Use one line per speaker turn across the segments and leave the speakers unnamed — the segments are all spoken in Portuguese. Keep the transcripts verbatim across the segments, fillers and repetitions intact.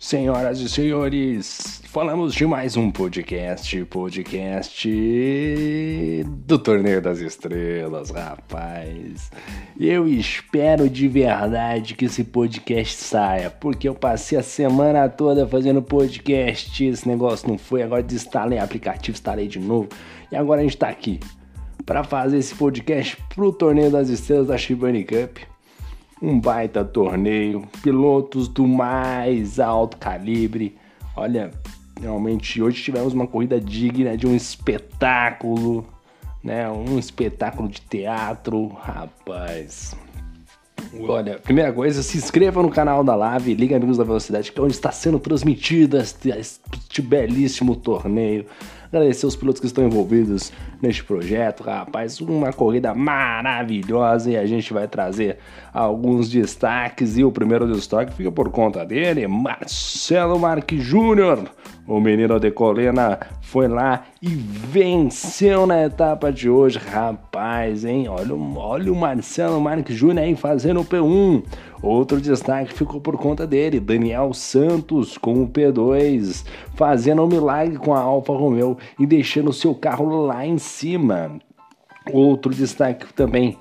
Senhoras e senhores, falamos de mais um podcast, podcast do Torneio das Estrelas, rapaz. Eu espero de verdade que esse podcast saia, porque eu passei a semana toda fazendo podcast, esse negócio não foi, agora desinstalei o aplicativo, instalei de novo, e agora a gente tá aqui para fazer esse podcast pro Torneio das Estrelas da Shibani Cup. Um baita torneio, pilotos do mais alto calibre. Olha, realmente hoje tivemos uma corrida digna de um espetáculo, né? Um espetáculo de teatro, rapaz. Olha, primeira coisa, se inscreva no canal da Live, Liga Amigos da Velocidade, que é onde está sendo transmitido este, este belíssimo torneio. Agradecer os pilotos que estão envolvidos neste projeto, rapaz, uma corrida maravilhosa e a gente vai trazer alguns destaques e o primeiro destaque fica por conta dele, Marcelo Marques Júnior. O menino de Colina foi lá e venceu na etapa de hoje, rapaz, hein? Olha, olha o Marcelo Marques Júnior aí fazendo o P um. Outro destaque ficou por conta dele, Daniel Santos com o P dois, fazendo um milagre com a Alfa Romeo e deixando o seu carro lá em cima. Outro destaque também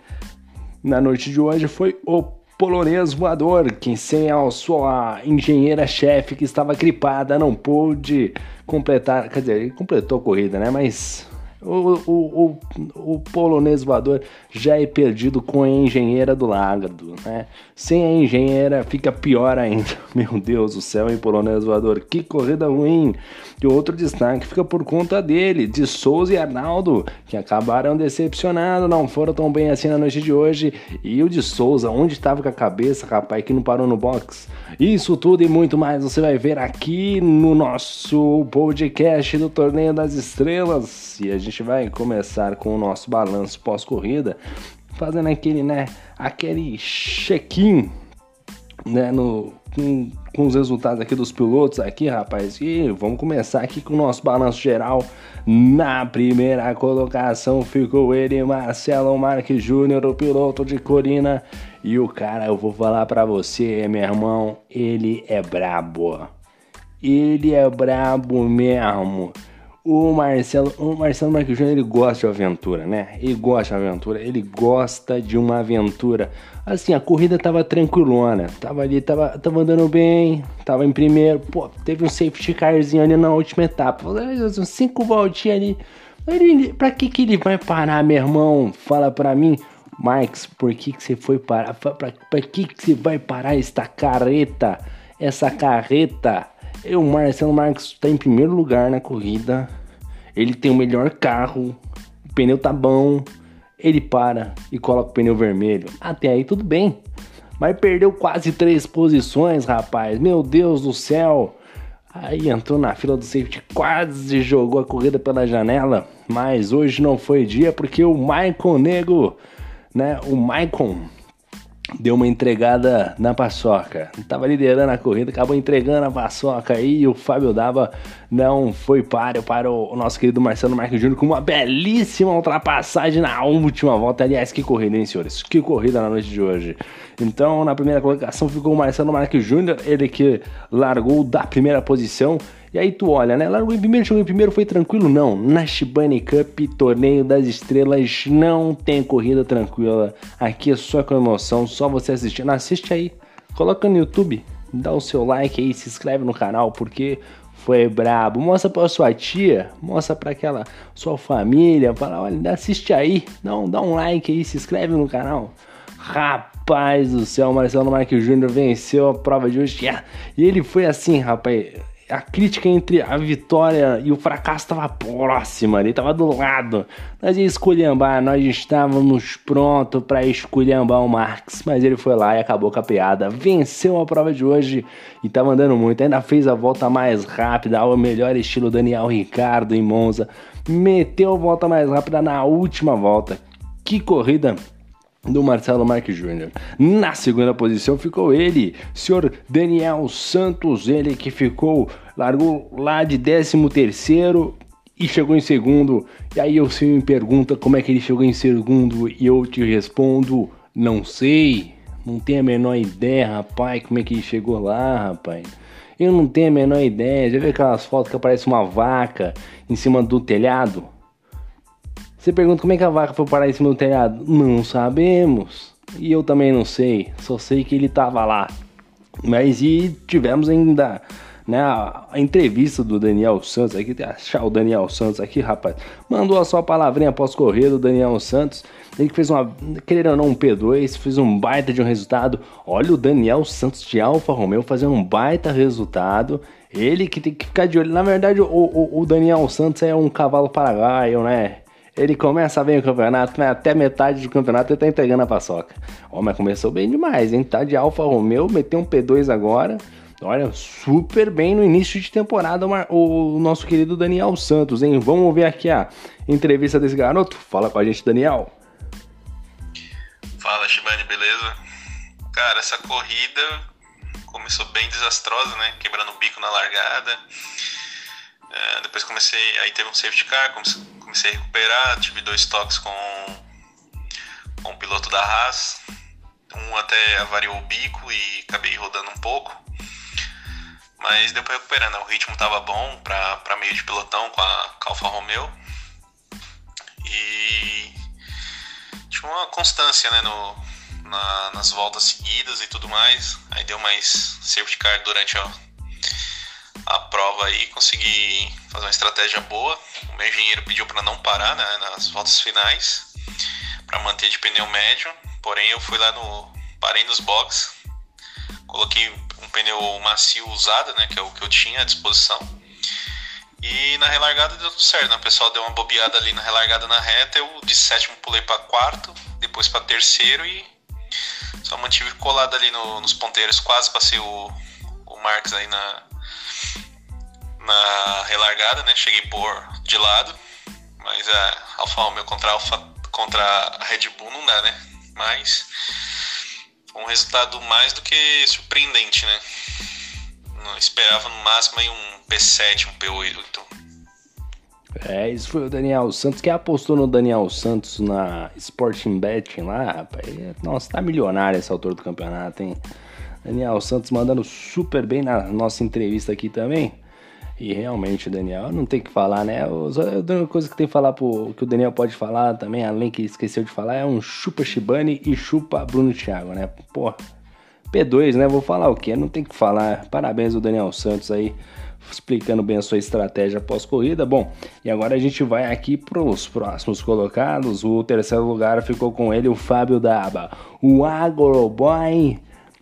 na noite de hoje foi o polonês voador, que sem a sua engenheira-chefe que estava gripada não pôde completar, quer dizer, ele completou a corrida, né? Mas o, o, o, o polonês voador já é perdido com a engenheira do Lágado, né? Sem a engenheira fica pior ainda. Meu Deus do céu, hein, polonês voador? Que corrida ruim! E outro destaque fica por conta dele, de Souza e Arnaldo, que acabaram decepcionando, não foram tão bem assim na noite de hoje. E o de Souza, onde estava com a cabeça, rapaz, que não parou no box? Isso tudo e muito mais você vai ver aqui no nosso podcast do Torneio das Estrelas. E a gente vai começar com o nosso balanço pós-corrida, fazendo aquele, né, aquele check-in, né, no, com, com os resultados aqui dos pilotos aqui, rapaz. E vamos começar aqui com o nosso balanço geral. Na primeira colocação ficou ele, Marcelo Marques Júnior, o piloto de Colina. E o cara, eu vou falar pra você, meu irmão, ele é brabo. Ele é brabo mesmo. O Marcelo, o Marcelo Marques Júnior, ele gosta de aventura, né? Ele gosta de aventura, ele gosta de uma aventura. Assim, a corrida tava tranquilona, tava ali, tava, tava andando bem, tava em primeiro. Pô, teve um safety carzinho ali na última etapa, uns cinco voltinhas ali. Ele, pra que que ele vai parar, meu irmão? Fala pra mim, Marques, por que que você foi parar? Pra, pra, pra que que você vai parar esta carreta? Essa carreta? E o Marcelo Marques está em primeiro lugar na corrida, ele tem o melhor carro, o pneu tá bom, ele para e coloca o pneu vermelho. Até aí tudo bem, mas perdeu quase três posições, rapaz, meu Deus do céu. Aí entrou na fila do safety, quase jogou a corrida pela janela, mas hoje não foi dia porque o Maicon Nego, né, o Maicon deu uma entregada na paçoca. Tava liderando a corrida, acabou entregando a paçoca aí e o Fábio Dava não foi páreo para o nosso querido Marcelo Marques Júnior com uma belíssima ultrapassagem na última volta. Aliás, que corrida, hein, senhores? Que corrida na noite de hoje. Então, na primeira colocação ficou o Marcelo Marques Júnior, ele que largou da primeira posição. E aí tu olha, né? Largou em primeiro, chegou em primeiro, foi tranquilo? Não. Na Shibani Cup, Torneio das Estrelas, não tem corrida tranquila. Aqui é só com emoção, só você assistindo. Assiste aí, coloca no YouTube, dá o seu like aí, se inscreve no canal, porque foi brabo. Mostra pra sua tia, mostra pra aquela sua família, fala, olha, assiste aí, dá um, dá um like aí, se inscreve no canal. Rapaz do céu, Marcelo Marques Júnior venceu a prova de hoje. E ele foi assim, rapaz, a crítica entre a vitória e o fracasso estava próxima, ele estava do lado. Nós ia esculhambar, nós estávamos prontos para esculhambar o Marques, mas ele foi lá e acabou com a piada. Venceu a prova de hoje e estava andando muito, ainda fez a volta mais rápida, ao melhor estilo Daniel Ricciardo em Monza. Meteu a volta mais rápida na última volta. Que corrida do Marcelo Marques Júnior. Na segunda posição ficou ele, senhor Daniel Santos, ele que ficou, largou lá de décimo terceiro e chegou em segundo. E aí você me pergunta como é que ele chegou em segundo e eu te respondo, não sei, não tenho a menor ideia, rapaz, como é que ele chegou lá, rapaz. Eu não tenho a menor ideia. Já viu aquelas fotos que aparece uma vaca em cima do telhado? Você pergunta como é que a vaca foi parar em cima do telhado? Não sabemos. E eu também não sei. Só sei que ele tava lá. Mas e tivemos ainda, né, a, a entrevista do Daniel Santos. Aqui tem achar o Daniel Santos aqui, rapaz. Mandou a sua palavrinha após correr do Daniel Santos. Ele que fez uma, querendo ou não, um P dois, fez um baita de um resultado. Olha o Daniel Santos de Alfa Romeo fazendo um baita resultado. Ele que tem que ficar de olho. Na verdade, o, o, o Daniel Santos é um cavalo paraguaio, né? Ele começa bem o campeonato, mas até metade do campeonato ele tá entregando a paçoca. Ó, mas começou bem demais, hein? Tá de Alfa Romeo, meteu um P dois agora. Olha, super bem no início de temporada o nosso querido Daniel Santos, hein? Vamos ver aqui a entrevista desse garoto. Fala com a gente, Daniel.
Fala, Shibani, beleza? Cara, essa corrida começou bem desastrosa, né? Quebrando o bico na largada. Uh, depois comecei, aí teve um safety car, comecei, comecei a recuperar, tive dois toques com, com o piloto da Haas. Um até avariou o bico e acabei rodando um pouco. Mas deu pra recuperar, né? O ritmo tava bom pra, pra meio de pelotão com a, com a Alfa Romeo. E tinha uma constância, né, no, na, nas voltas seguidas e tudo mais. Aí deu mais safety car durante a, a prova aí, consegui fazer uma estratégia boa. O meu engenheiro pediu para não parar, né, nas voltas finais, para manter de pneu médio. Porém eu fui lá no parei nos boxes, coloquei um pneu macio usado, né, que é o que eu tinha à disposição. E na relargada deu tudo certo, né? O pessoal deu uma bobeada ali na relargada na reta, eu de sétimo pulei para quarto, depois para terceiro e só mantive colado ali no, nos ponteiros, quase passei o, o Marques aí na, na relargada, né? Cheguei por de lado, mas a Alfa Romeo contra a, Alfa, contra a Red Bull não dá, né? Mas um resultado mais do que surpreendente, né? Não esperava no máximo aí um P sete, um P oito.
É, isso foi o Daniel Santos. Quem apostou no Daniel Santos na Sporting Betting lá, rapaz? Nossa, tá milionário esse autor do campeonato, hein? Daniel Santos mandando super bem na nossa entrevista aqui também. E realmente, Daniel, não tem o que falar, né? A única coisa que tem que falar pro, que o Daniel pode falar também, além que esqueceu de falar, é um chupa Shibani e chupa Bruno Thiago, né? Porra. P dois, né? Vou falar o quê? Não tem que falar. Parabéns ao Daniel Santos aí, explicando bem a sua estratégia pós-corrida. Bom, e agora a gente vai aqui para os próximos colocados. O terceiro lugar ficou com ele, o Fábio Daba, o Agroboy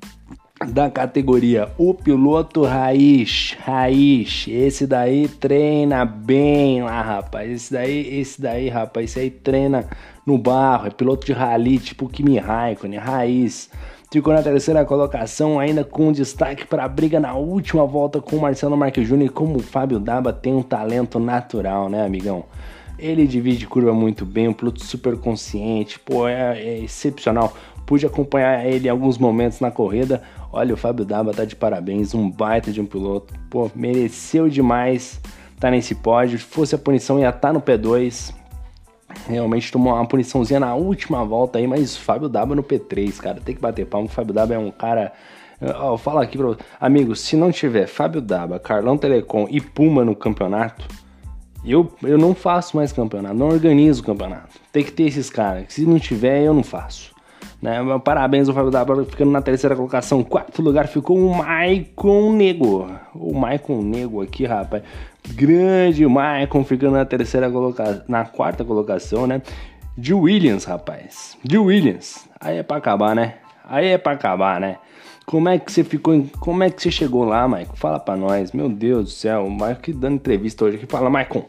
da categoria, o piloto raiz, raiz. Esse daí treina bem lá, rapaz. Esse daí, esse daí, rapaz, esse aí treina no barro. É piloto de rally, tipo Kimi Raikkonen, raiz. Ficou na terceira colocação, ainda com destaque para a briga na última volta com o Marcelo Marques Júnior. E como o Fábio Daba tem um talento natural, né, amigão? Ele divide curva muito bem, um piloto super consciente, pô, é, é excepcional. Pude acompanhar ele em alguns momentos na corrida. Olha, o Fábio Daba tá de parabéns, um baita de um piloto. Pô, mereceu demais tá nesse pódio. Se fosse a punição, ia estar no P dois. Realmente tomou uma puniçãozinha na última volta aí, mas Fábio Daba no P três, cara, tem que bater palma. O Fábio Daba é um cara, eu falo aqui pra você, amigo, se não tiver Fábio Daba, Carlão Telecom e Puma no campeonato, eu, eu não faço mais campeonato, não organizo campeonato. Tem que ter esses caras, se não tiver eu não faço, né? Parabéns ao Fábio Daba ficando na terceira colocação. Quarto lugar ficou o Maicon Nego, o Maicon Nego aqui, rapaz. Grande Maicon ficando na terceira colocação, na quarta colocação, né? De Williams, rapaz. De Williams. Aí é pra acabar, né? Aí é pra acabar, né? Como é que você ficou, em... como é que você chegou lá, Maicon? Fala pra nós. Meu Deus do céu, o Maicon que dando entrevista hoje aqui. Fala, Maicon.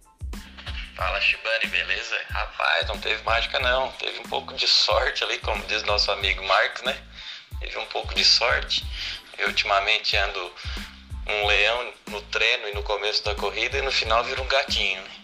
Fala, Shibani, beleza? Rapaz, não teve mágica não. Teve um pouco de sorte ali, como diz nosso amigo Marcos, né? Teve um pouco de sorte. Eu ultimamente ando um leão no treino e no começo da corrida e no final vira um gatinho, né?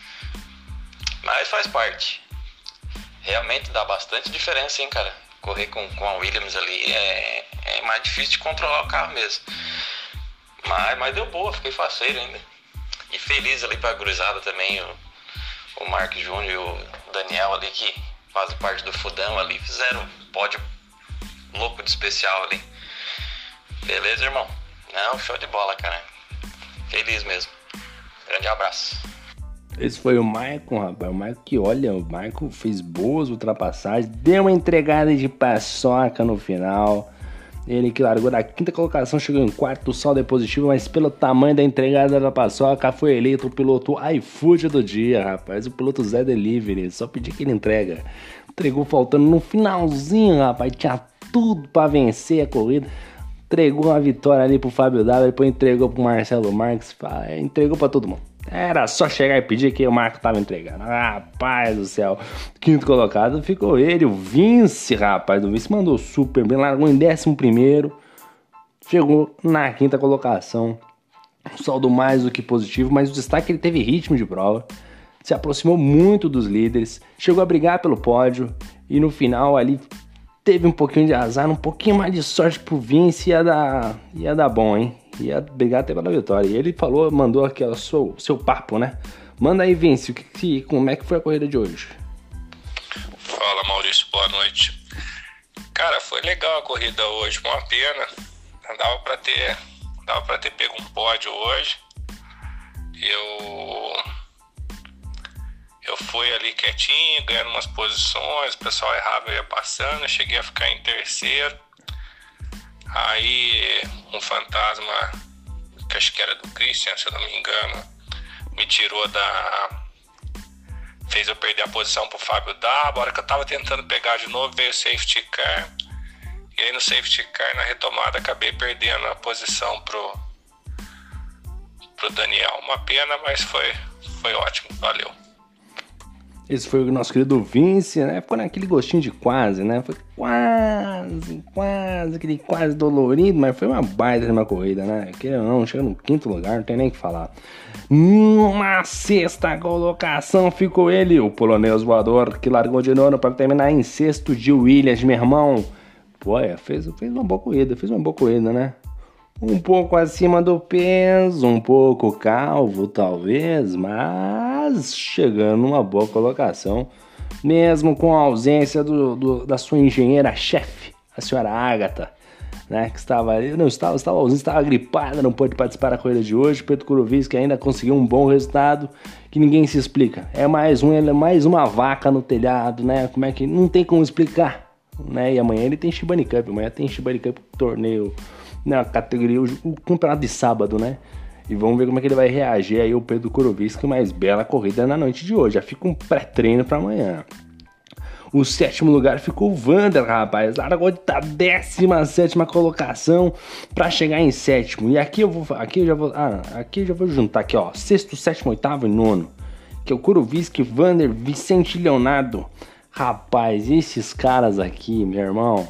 Mas faz parte. Realmente dá bastante diferença, hein, cara? Correr com, com a Williams ali é, é mais difícil de controlar o carro mesmo. Mas, mas deu boa, fiquei faceiro ainda. E feliz ali pra gurizada também, o, o Mark Júnior e o Daniel ali, que fazem parte do Fudão ali, fizeram um pódio louco de especial ali. Beleza, irmão? Não, show de bola, cara. Feliz mesmo. Grande abraço.
Esse foi o Maicon, rapaz. O Maicon que, olha, o Maicon fez boas ultrapassagens, deu uma entregada de paçoca no final. Ele que largou da quinta colocação, chegou em quarto, o saldo é positivo, mas pelo tamanho da entregada da paçoca, foi eleito o piloto iFood do dia, rapaz. O piloto Zé Delivery, só pedir que ele entrega. Entregou faltando no finalzinho, rapaz. Tinha tudo pra vencer a corrida. Entregou uma vitória ali pro Fábio W, depois entregou pro Marcelo Marques, entregou pra todo mundo. Era só chegar e pedir que o Marco tava entregando. Rapaz do céu. Quinto colocado ficou ele, o Vince, rapaz. O Vince mandou super bem, largou em décimo primeiro. Chegou na quinta colocação. Um saldo mais do que positivo, mas o destaque é que ele teve ritmo de prova. Se aproximou muito dos líderes. Chegou a brigar pelo pódio. E no final ali teve um pouquinho de azar, um pouquinho mais de sorte pro Vince. Ia dar, ia dar bom, hein? Ia brigar até pela vitória. E ele falou, mandou aqui o seu, seu papo, né? Manda aí, Vinci, o que, que, como é que foi a corrida de hoje?
Fala, Maurício, boa noite. Cara, foi legal a corrida hoje, uma pena. Dava pra ter, dava pra ter pego um pódio hoje. Eu, eu fui ali quietinho, ganhando umas posições, o pessoal errava, eu ia passando, eu cheguei a ficar em terceiro. Aí um fantasma, que acho que era do Christian, se eu não me engano, me tirou da... fez eu perder a posição pro Fábio W. A hora que eu tava tentando pegar de novo, veio o safety car. E aí no safety car, na retomada, acabei perdendo a posição pro, pro Daniel. Uma pena, mas foi, foi ótimo, valeu.
Esse foi o nosso querido Vince, né? Ficou naquele gostinho de quase, né? Foi quase, quase, aquele quase dolorido, mas foi uma baita de uma corrida, né? Que não, chega no quinto lugar, não tem nem o que falar. Na sexta colocação ficou ele, o polonês voador, que largou de nono para terminar em sexto, de Williams, meu irmão. Pô, é, fez, fez uma boa corrida, fez uma boa corrida, né? Um pouco acima do peso, um pouco calvo talvez, mas chegando numa boa colocação, mesmo com a ausência do, do, da sua engenheira-chefe, a senhora Agatha, né, que estava ali, não estava, estava ausente, estava gripada, não pôde participar da corrida de hoje. Pedro Kurovic ainda conseguiu um bom resultado que ninguém se explica. É mais um, ele é mais uma vaca no telhado, né? Como é que não tem como explicar, né? E amanhã ele tem Shibani Cup, amanhã tem Shibani Cup torneio na categoria, o, o campeonato de sábado, né? E vamos ver como é que ele vai reagir aí o Pedro Kurovic, mais bela corrida na noite de hoje. Já fica um pré-treino para amanhã. O sétimo lugar ficou o Vander, rapaz. Largou da décima sétima colocação para chegar em sétimo. E aqui eu vou, aqui eu já vou, ah, aqui eu já vou juntar aqui, ó, sexto, sétimo, oitavo e nono, que é o Kurovic, Vander, Vicente Leonardo. Rapaz, esses caras aqui, meu irmão,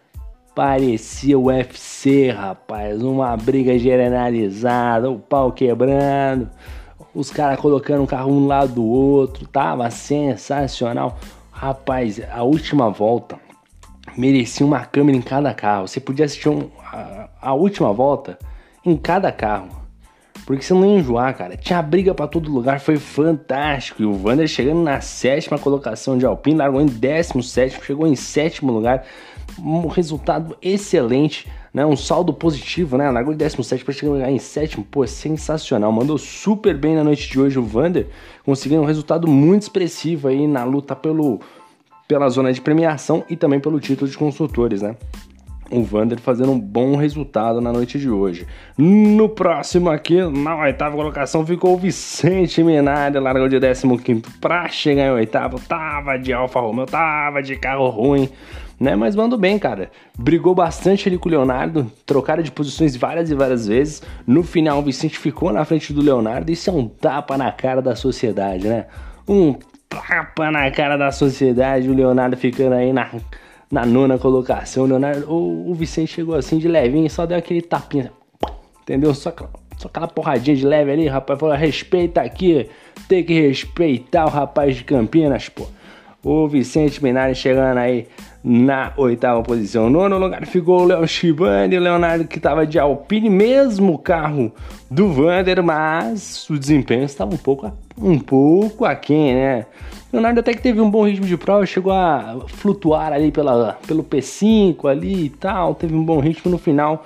parecia o U F C, rapaz. Uma briga generalizada, o pau quebrando, os caras colocando um carro um lado do outro. Tava sensacional. Rapaz, a última volta merecia uma câmera em cada carro. Você podia assistir um, a, a última volta em cada carro, porque você não ia enjoar, cara. Tinha briga pra todo lugar, foi fantástico. E o Vander chegando na sétima colocação de Alpine, largou em décimo sétimo, chegou em sétimo lugar. Um resultado excelente, né? Um saldo positivo, né? Largou em décimo sétimo para chegar em sétimo, pô, sensacional. Mandou super bem na noite de hoje o Vander, conseguindo um resultado muito expressivo aí na luta pelo, pela zona de premiação e também pelo título de construtores, né? O Vander fazendo um bom resultado na noite de hoje. No próximo aqui, na oitava colocação, ficou o Vicente Minardi, largou de décimo quinto para chegar em oitavo. Tava de Alfa Romeo, tava de carro ruim, né? Mas mandou bem, cara. Brigou bastante ali com o Leonardo, trocaram de posições várias e várias vezes. No final, o Vicente ficou na frente do Leonardo. Isso é um tapa na cara da sociedade, né? Um tapa na cara da sociedade, o Leonardo ficando aí na... na nona colocação. O Leonardo, o, o Vicente chegou assim de levinho, só deu aquele tapinha, entendeu? Só, só aquela porradinha de leve ali, rapaz. Falou, respeita aqui, tem que respeitar o rapaz de Campinas, pô. O Vicente Minardi chegando aí na oitava posição. Nono lugar ficou o Léo Shibani, o Leonardo que tava de Alpine, mesmo carro do Vander, mas o desempenho estava um pouco, um pouco aquém, né? O Leonardo até que teve um bom ritmo de prova, chegou a flutuar ali pela, pelo P cinco ali e tal, teve um bom ritmo no final,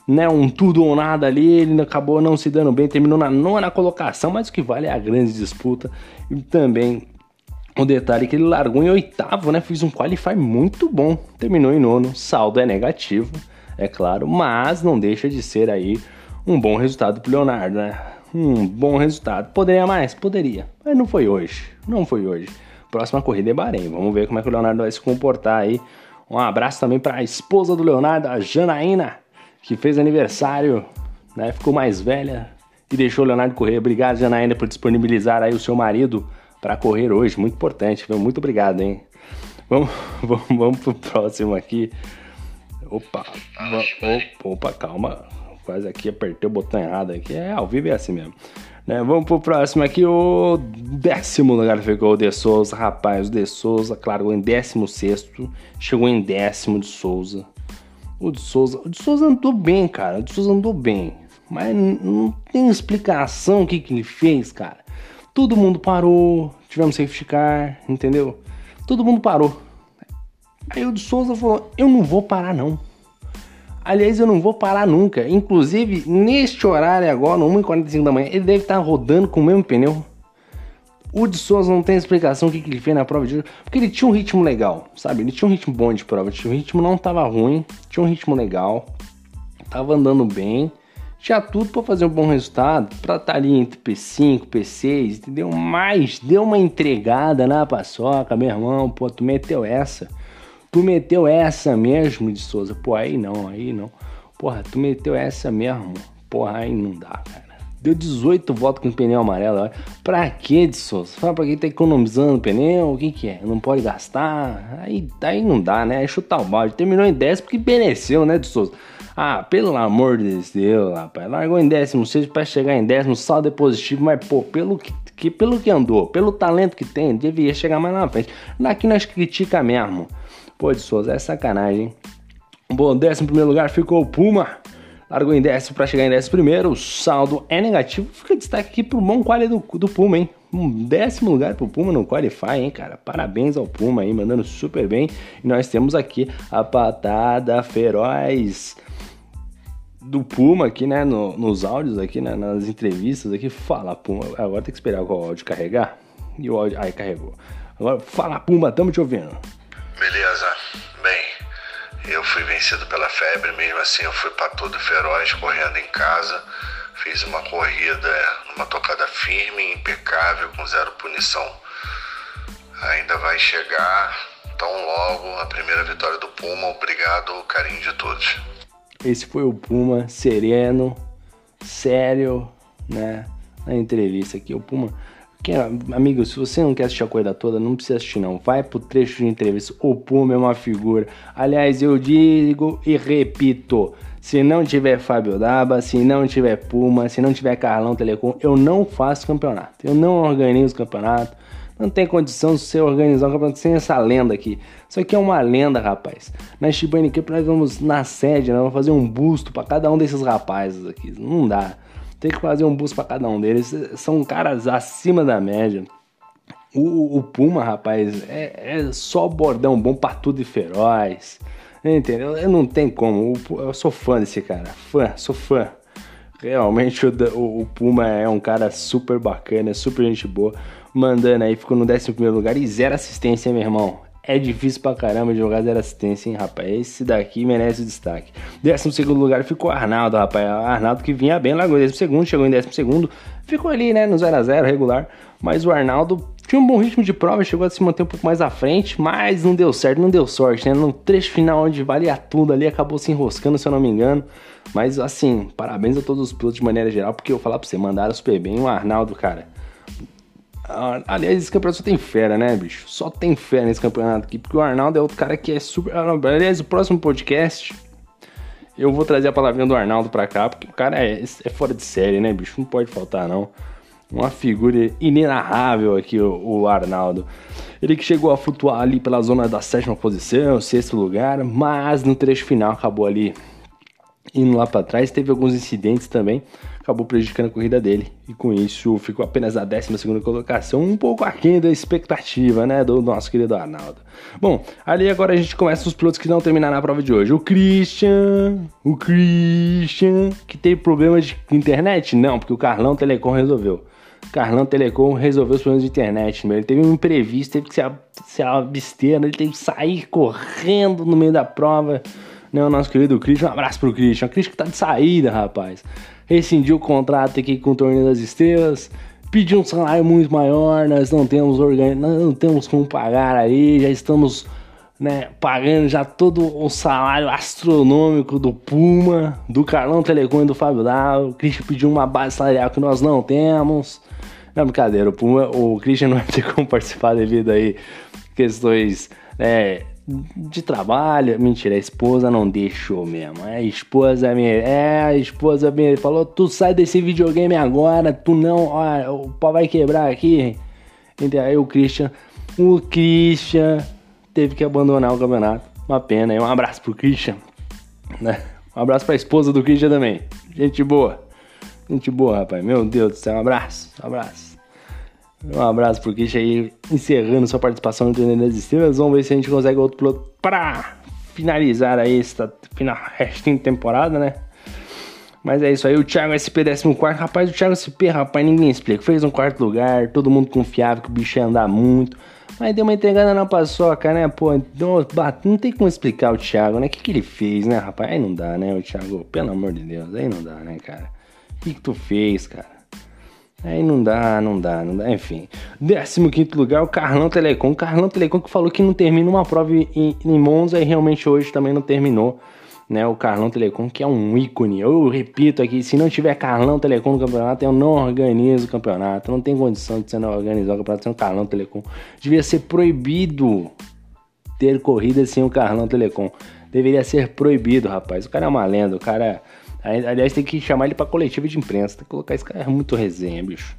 né, um tudo ou nada ali, ele acabou não se dando bem, terminou na nona colocação, mas o que vale é a grande disputa. E também o detalhe é que ele largou em oitavo, né, fez um qualify muito bom, terminou em nono, saldo é negativo, é claro, mas não deixa de ser aí um bom resultado pro Leonardo, né, um bom resultado. Poderia mais? Poderia, mas não foi hoje, não foi hoje. Próxima corrida é Bahrein, vamos ver como é que o Leonardo vai se comportar aí. Um abraço também para a esposa do Leonardo, a Janaína, que fez aniversário, né, ficou mais velha e deixou o Leonardo correr. Obrigado, Janaína, por disponibilizar aí o seu marido para correr hoje, muito importante, viu? Muito obrigado, hein? Vamos, vamos, vamos pro próximo aqui. Opa, opa, opa, calma, quase aqui apertei o botão errado aqui, é, ao vivo é assim mesmo. Né, vamos pro próximo aqui, o décimo lugar ficou o De Souza, rapaz, o De Souza, claro, em décimo sexto, chegou em décimo de Souza. O de Souza, o de Souza andou bem, cara, o de Souza andou bem, mas não tem explicação o que que ele fez, cara. Todo mundo parou, tivemos safety car, entendeu? Todo mundo parou. Aí o de Souza falou, eu não vou parar não. Aliás, eu não vou parar nunca. Inclusive, neste horário agora, no uma e quarenta e cinco da manhã, ele deve estar rodando com o mesmo pneu. O de Souza não tem explicação o que, que ele fez na prova de hoje, porque ele tinha um ritmo legal, sabe? Ele tinha um ritmo bom de prova, o ritmo não tava ruim, tinha um ritmo legal, tava andando bem, tinha tudo para fazer um bom resultado, para estar ali entre P cinco, P seis, entendeu? Mas deu uma entregada na paçoca, meu irmão, pô, tu meteu essa. Tu meteu essa mesmo, de Souza? Pô, aí não, aí não. Porra, tu meteu essa mesmo? Porra, aí não dá, cara. Deu dezoito voltas com pneu amarelo. Olha. Pra que, de Souza? Fala pra quem tá economizando pneu, o que que é? Não pode gastar? Aí, aí não dá, né? É chutar o balde. Terminou em décimo porque mereceu, né, de Souza? Ah, pelo amor de Deus, rapaz. Largou em décimo sexto pra chegar em décimo, saldo é positivo, mas, pô, pelo que, que, pelo que andou, pelo talento que tem, devia chegar mais na frente. Daqui nós critica mesmo. Pô, de Souza, é sacanagem, hein? Bom, décimo primeiro lugar ficou o Puma. Largou em décimo para chegar em décimo primeiro. O saldo é negativo. Fica destaque aqui pro bom quali do, do Puma, hein? Um décimo lugar pro Puma no Qualify, hein, cara? Parabéns ao Puma aí, mandando super bem. E nós temos aqui a patada feroz do Puma aqui, né? No, nos áudios aqui, né? Nas entrevistas aqui. Fala, Puma. Agora tem que esperar o áudio carregar. E o áudio... Ai, carregou. Agora, fala, Puma, tamo te ouvindo.
Beleza. Bem... Eu fui vencido pela febre, mesmo assim eu fui para todo feroz, correndo em casa. Fiz uma corrida numa tocada firme, impecável, com zero punição. Ainda vai chegar, tão logo, a primeira vitória do Puma. Obrigado, carinho de todos.
Esse foi o Puma, sereno, sério, né, na entrevista aqui. O Puma... Amigo, se você não quer assistir a corrida toda, não precisa assistir não. Vai pro trecho de entrevista. O Puma é uma figura. Aliás, eu digo e repito, se não tiver Fábio Daba, se não tiver Puma, se não tiver Carlão Telecom, eu não faço campeonato. Eu não organizo campeonato. Não tem condição de você organizar um campeonato sem essa lenda aqui. Isso aqui é uma lenda, rapaz. Na Shibane Cup nós vamos na sede, nós vamos fazer um busto pra cada um desses rapazes aqui. Não dá. Tem que fazer um busto pra cada um deles. São caras acima da média. O, o Puma, rapaz, é, é só bordão bom pra tudo e feroz. Entendeu? Eu não tem como. Eu sou fã desse cara. Fã, sou fã. Realmente o, o, o Puma é um cara super bacana, super gente boa. Mandando aí, ficou no décimo primeiro lugar e zero assistência, hein, meu irmão? É difícil pra caramba de jogar zero assistência, hein, rapaz? Esse daqui merece destaque. Décimo segundo lugar ficou Arnaldo, rapaz. Arnaldo que vinha bem, largou em décimo segundo, chegou em décimo segundo. Ficou ali, né, no zero a zero, regular. Mas o Arnaldo tinha um bom ritmo de prova, chegou a se manter um pouco mais à frente, mas não deu certo, não deu sorte, né? No trecho final, onde valia tudo ali, acabou se enroscando, se eu não me engano. Mas, assim, parabéns a todos os pilotos de maneira geral, porque eu vou falar pra você, mandaram super bem. O Arnaldo, cara... Aliás, esse campeonato só tem fera, né, bicho? Só tem fera nesse campeonato aqui, porque o Arnaldo é outro cara que é super... Aliás, o próximo podcast eu vou trazer a palavrinha do Arnaldo pra cá, porque o cara é, é fora de série, né, bicho? Não pode faltar, não. Uma figura inenarrável aqui, o, o Arnaldo. Ele que chegou a flutuar ali pela zona da sétima posição, sexto lugar, mas no trecho final acabou ali indo lá para trás, teve alguns incidentes também, acabou prejudicando a corrida dele, e com isso ficou apenas na décima segunda colocação, um pouco aquém da expectativa, né, do nosso querido Arnaldo. Bom, ali agora a gente começa os pilotos que não terminaram a prova de hoje. O Christian, o Christian, que teve problemas de internet? Não, porque o Carlão Telecom resolveu. Carlão Telecom resolveu os problemas de internet, meu. Ele teve um imprevisto, teve que se, se abster, ele teve que sair correndo no meio da prova, né, o nosso querido Christian. Um abraço pro Christian, o Christian que tá de saída, rapaz. Rescindiu o contrato aqui com o Torneio das Estrelas, pediu um salário muito maior, nós não temos organ... nós não temos como pagar aí, já estamos, né, pagando já todo o salário astronômico do Puma, do Carlão Telecom e do Fábio Dava. O Christian pediu uma base salarial que nós não temos. Não, brincadeira, o Puma, o Christian não vai ter como participar devido aí questões, né, de trabalho. Mentira, a esposa não deixou mesmo. A esposa me. É, a esposa me falou: tu sai desse videogame agora, tu não. Ó, o pau vai quebrar aqui. Então, aí o Christian. O Christian teve que abandonar o campeonato. Uma pena. E um abraço pro Christian, né? Um abraço pra esposa do Christian também. Gente boa. Gente boa, rapaz. Meu Deus do céu. Um abraço. Um abraço. Um abraço pro Christian aí, encerrando sua participação no Torneio das Estrelas. Vamos ver se a gente consegue outro piloto pra finalizar aí esta final, restinho de temporada, né? Mas é isso aí, o Thiago S P décimo quarto. Rapaz, o Thiago S P, rapaz, ninguém explica. Fez um quarto lugar, todo mundo confiava que o bicho ia andar muito. Mas deu uma entregada na paçoca, né? Pô, não tem como explicar o Thiago, né? O que, que ele fez, né, rapaz? Aí não dá, né, o Thiago? Pelo amor de Deus, aí não dá, né, cara? O que, que tu fez, cara? Aí não dá, não dá, não dá, enfim. décimo quinto lugar, o Carlão Telecom. O Carlão Telecom que falou que não termina uma prova em, em Monza e realmente hoje também não terminou, né? O Carlão Telecom, que é um ícone. Eu repito aqui, se não tiver Carlão Telecom no campeonato, eu não organizo o campeonato. Não tem condição de você não organizar o campeonato sem o Carlão Telecom. Devia ser proibido ter corrida sem o Carlão Telecom. Deveria ser proibido, rapaz. O cara é uma lenda, o cara... Aliás, tem que chamar ele pra coletiva de imprensa. Tem que colocar esse cara, é muito resenha, bicho.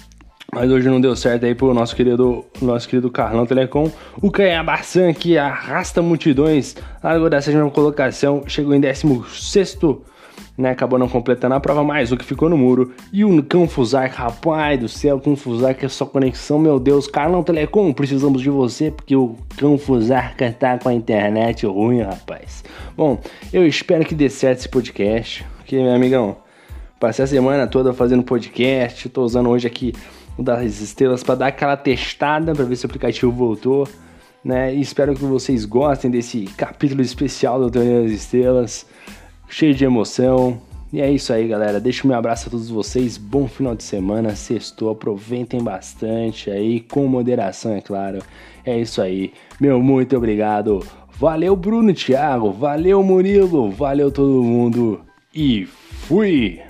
Mas hoje não deu certo aí pro nosso querido, nosso querido Carlão Telecom. O Canha Barçan, que arrasta multidões, largou da sétima colocação, chegou em décimo sexto, né? Acabou não completando a prova, mais o que ficou no muro. E o Canfusar, rapaz do céu, Canfusar, que é só conexão, meu Deus. Carlão Telecom, precisamos de você, porque o Canfusar tá com a internet ruim, rapaz. Bom, eu espero que dê certo esse podcast, porque, meu amigão, passei a semana toda fazendo podcast, tô usando hoje aqui o das estrelas para dar aquela testada, para ver se o aplicativo voltou, né? E espero que vocês gostem desse capítulo especial do Torneio das Estrelas, cheio de emoção. E é isso aí, galera. Deixa o meu abraço a todos vocês. Bom final de semana, sextou, aproveitem bastante aí, com moderação, é claro. É isso aí. Meu muito obrigado. Valeu, Bruno, Thiago. Valeu, Murilo. Valeu todo mundo. E fui!